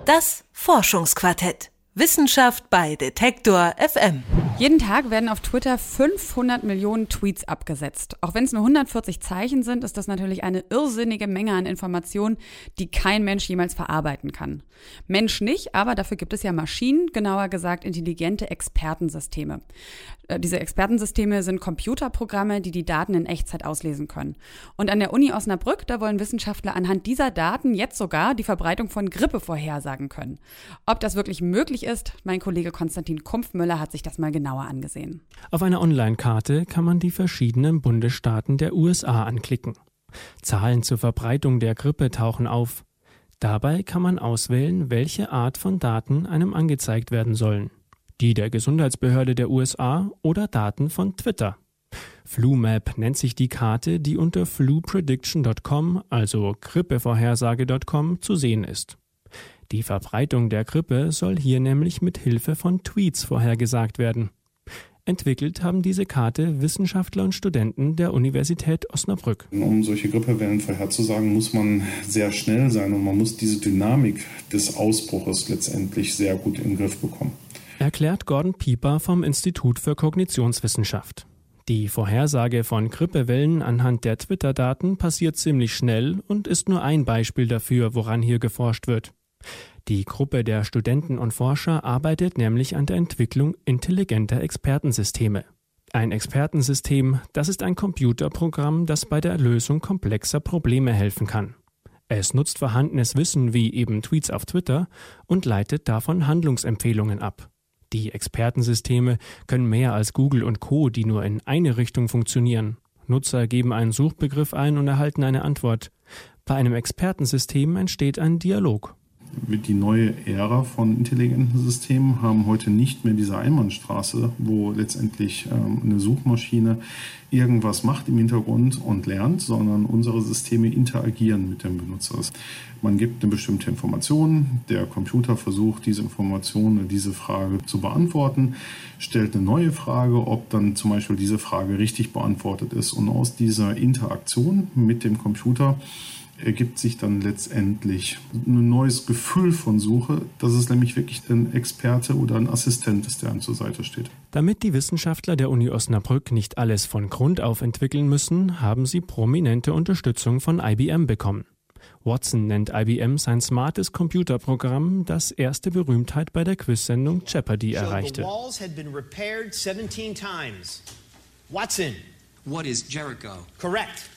Das Forschungsquartett. Wissenschaft bei Detektor FM. Jeden Tag werden auf Twitter 500 Millionen Tweets abgesetzt. Auch wenn es nur 140 Zeichen sind, ist das natürlich eine irrsinnige Menge an Informationen, die kein Mensch jemals verarbeiten kann. Mensch nicht, aber dafür gibt es ja Maschinen, genauer gesagt intelligente Expertensysteme. Diese Expertensysteme sind Computerprogramme, die die Daten in Echtzeit auslesen können. Und an der Uni Osnabrück, da wollen Wissenschaftler anhand dieser Daten jetzt sogar die Verbreitung von Grippe vorhersagen können. Ob das wirklich möglich ist, mein Kollege Konstantin Kumpfmüller hat sich das mal genauer angesehen. Auf einer Online-Karte kann man die verschiedenen Bundesstaaten der USA anklicken. Zahlen zur Verbreitung der Grippe tauchen auf. Dabei kann man auswählen, welche Art von Daten einem angezeigt werden sollen. Die der Gesundheitsbehörde der USA oder Daten von Twitter. FluMap nennt sich die Karte, die unter fluprediction.com, also grippevorhersage.com, zu sehen ist. Die Verbreitung der Grippe soll hier nämlich mit Hilfe von Tweets vorhergesagt werden. Entwickelt haben diese Karte Wissenschaftler und Studenten der Universität Osnabrück. Um solche Grippewellen vorherzusagen, muss man sehr schnell sein und man muss diese Dynamik des Ausbruches letztendlich sehr gut in den Griff bekommen. Erklärt Gordon Pieper vom Institut für Kognitionswissenschaft. Die Vorhersage von Grippewellen anhand der Twitter-Daten passiert ziemlich schnell und ist nur ein Beispiel dafür, woran hier geforscht wird. Die Gruppe der Studenten und Forscher arbeitet nämlich an der Entwicklung intelligenter Expertensysteme. Ein Expertensystem, das ist ein Computerprogramm, das bei der Lösung komplexer Probleme helfen kann. Es nutzt vorhandenes Wissen wie eben Tweets auf Twitter und leitet davon Handlungsempfehlungen ab. Die Expertensysteme können mehr als Google und Co., die nur in eine Richtung funktionieren. Nutzer geben einen Suchbegriff ein und erhalten eine Antwort. Bei einem Expertensystem entsteht ein Dialog. Die neue Ära von intelligenten Systemen haben heute nicht mehr diese Einbahnstraße, wo letztendlich eine Suchmaschine irgendwas macht im Hintergrund und lernt, sondern unsere Systeme interagieren mit dem Benutzer. Man gibt eine bestimmte Information, der Computer versucht, diese Information oder diese Frage zu beantworten, stellt eine neue Frage, ob dann zum Beispiel diese Frage richtig beantwortet ist. Und aus dieser Interaktion mit dem Computer ergibt sich dann letztendlich ein neues Gefühl von Suche, dass es nämlich wirklich ein Experte oder ein Assistent ist, der einem zur Seite steht. Damit die Wissenschaftler der Uni Osnabrück nicht alles von Grund auf entwickeln müssen, haben sie prominente Unterstützung von IBM bekommen. Watson nennt IBM sein smartes Computerprogramm, das erste Berühmtheit bei der Quizsendung Jeopardy erreichte. Watson. What is Jericho? Correct.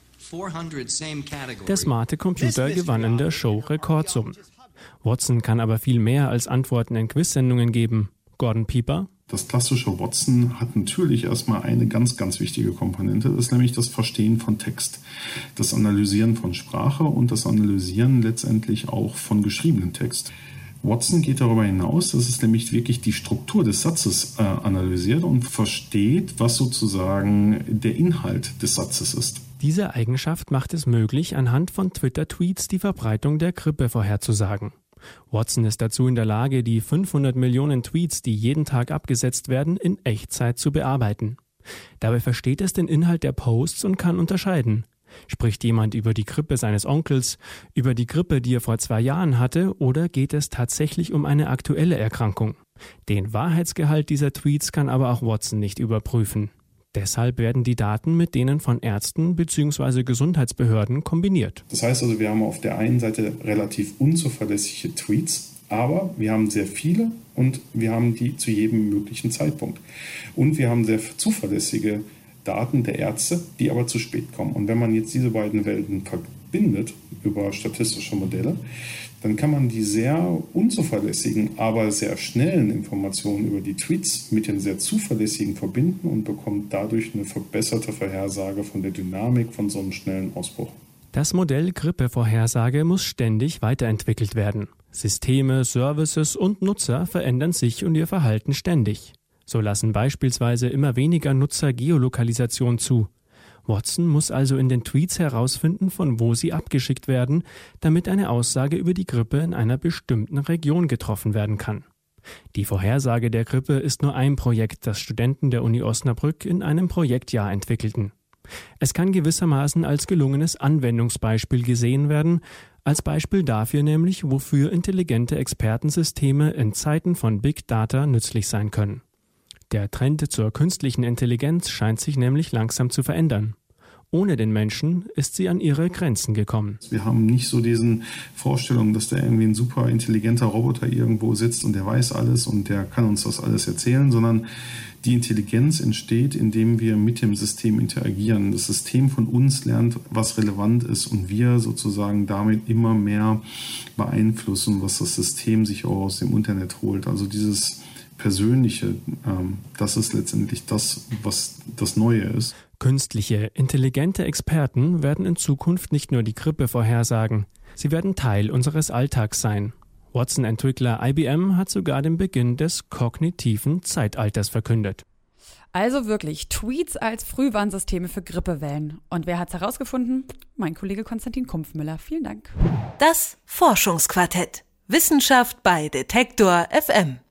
Der smarte Computer gewann in der Show Rekordsummen. Watson kann aber viel mehr als Antworten in Quizsendungen geben. Gordon Pieper: Das klassische Watson hat natürlich erstmal eine ganz, ganz wichtige Komponente, das ist nämlich das Verstehen von Text, das Analysieren von Sprache und das Analysieren letztendlich auch von geschriebenem Text. Watson geht darüber hinaus, dass es nämlich wirklich die Struktur des Satzes analysiert und versteht, was sozusagen der Inhalt des Satzes ist. Diese Eigenschaft macht es möglich, anhand von Twitter-Tweets die Verbreitung der Grippe vorherzusagen. Watson ist dazu in der Lage, die 500 Millionen Tweets, die jeden Tag abgesetzt werden, in Echtzeit zu bearbeiten. Dabei versteht es den Inhalt der Posts und kann unterscheiden. Spricht jemand über die Grippe seines Onkels, über die Grippe, die er vor 2 Jahren hatte, oder geht es tatsächlich um eine aktuelle Erkrankung? Den Wahrheitsgehalt dieser Tweets kann aber auch Watson nicht überprüfen. Deshalb werden die Daten mit denen von Ärzten bzw. Gesundheitsbehörden kombiniert. Das heißt also, wir haben auf der einen Seite relativ unzuverlässige Tweets, aber wir haben sehr viele und wir haben die zu jedem möglichen Zeitpunkt. Und wir haben sehr zuverlässige Daten der Ärzte, die aber zu spät kommen. Und wenn man jetzt diese beiden Welten verbindet über statistische Modelle, dann kann man die sehr unzuverlässigen, aber sehr schnellen Informationen über die Tweets mit den sehr zuverlässigen verbinden und bekommt dadurch eine verbesserte Vorhersage von der Dynamik von so einem schnellen Ausbruch. Das Modell Grippevorhersage muss ständig weiterentwickelt werden. Systeme, Services und Nutzer verändern sich und ihr Verhalten ständig. So lassen beispielsweise immer weniger Nutzer Geolokalisation zu. Watson muss also in den Tweets herausfinden, von wo sie abgeschickt werden, damit eine Aussage über die Grippe in einer bestimmten Region getroffen werden kann. Die Vorhersage der Grippe ist nur ein Projekt, das Studenten der Uni Osnabrück in einem Projektjahr entwickelten. Es kann gewissermaßen als gelungenes Anwendungsbeispiel gesehen werden, Als Beispiel dafür nämlich, wofür intelligente Expertensysteme in Zeiten von Big Data nützlich sein können. Der Trend zur künstlichen Intelligenz scheint sich nämlich langsam zu verändern. Ohne den Menschen ist sie an ihre Grenzen gekommen. Wir haben nicht so diesen Vorstellungen, dass da irgendwie ein super intelligenter Roboter irgendwo sitzt und der weiß alles und der kann uns das alles erzählen, sondern die Intelligenz entsteht, indem wir mit dem System interagieren. Das System von uns lernt, was relevant ist und wir sozusagen damit immer mehr beeinflussen, was das System sich auch aus dem Internet holt. Also dieses Persönliche, das ist letztendlich das, was das Neue ist. Künstliche, intelligente Experten werden in Zukunft nicht nur die Grippe vorhersagen, sie werden Teil unseres Alltags sein. Watson-Entwickler IBM hat sogar den Beginn des kognitiven Zeitalters verkündet. Also wirklich, Tweets als Frühwarnsysteme für Grippewellen. Und wer hat's herausgefunden? Mein Kollege Konstantin Kumpfmüller. Vielen Dank. Das Forschungsquartett. Wissenschaft bei Detektor FM.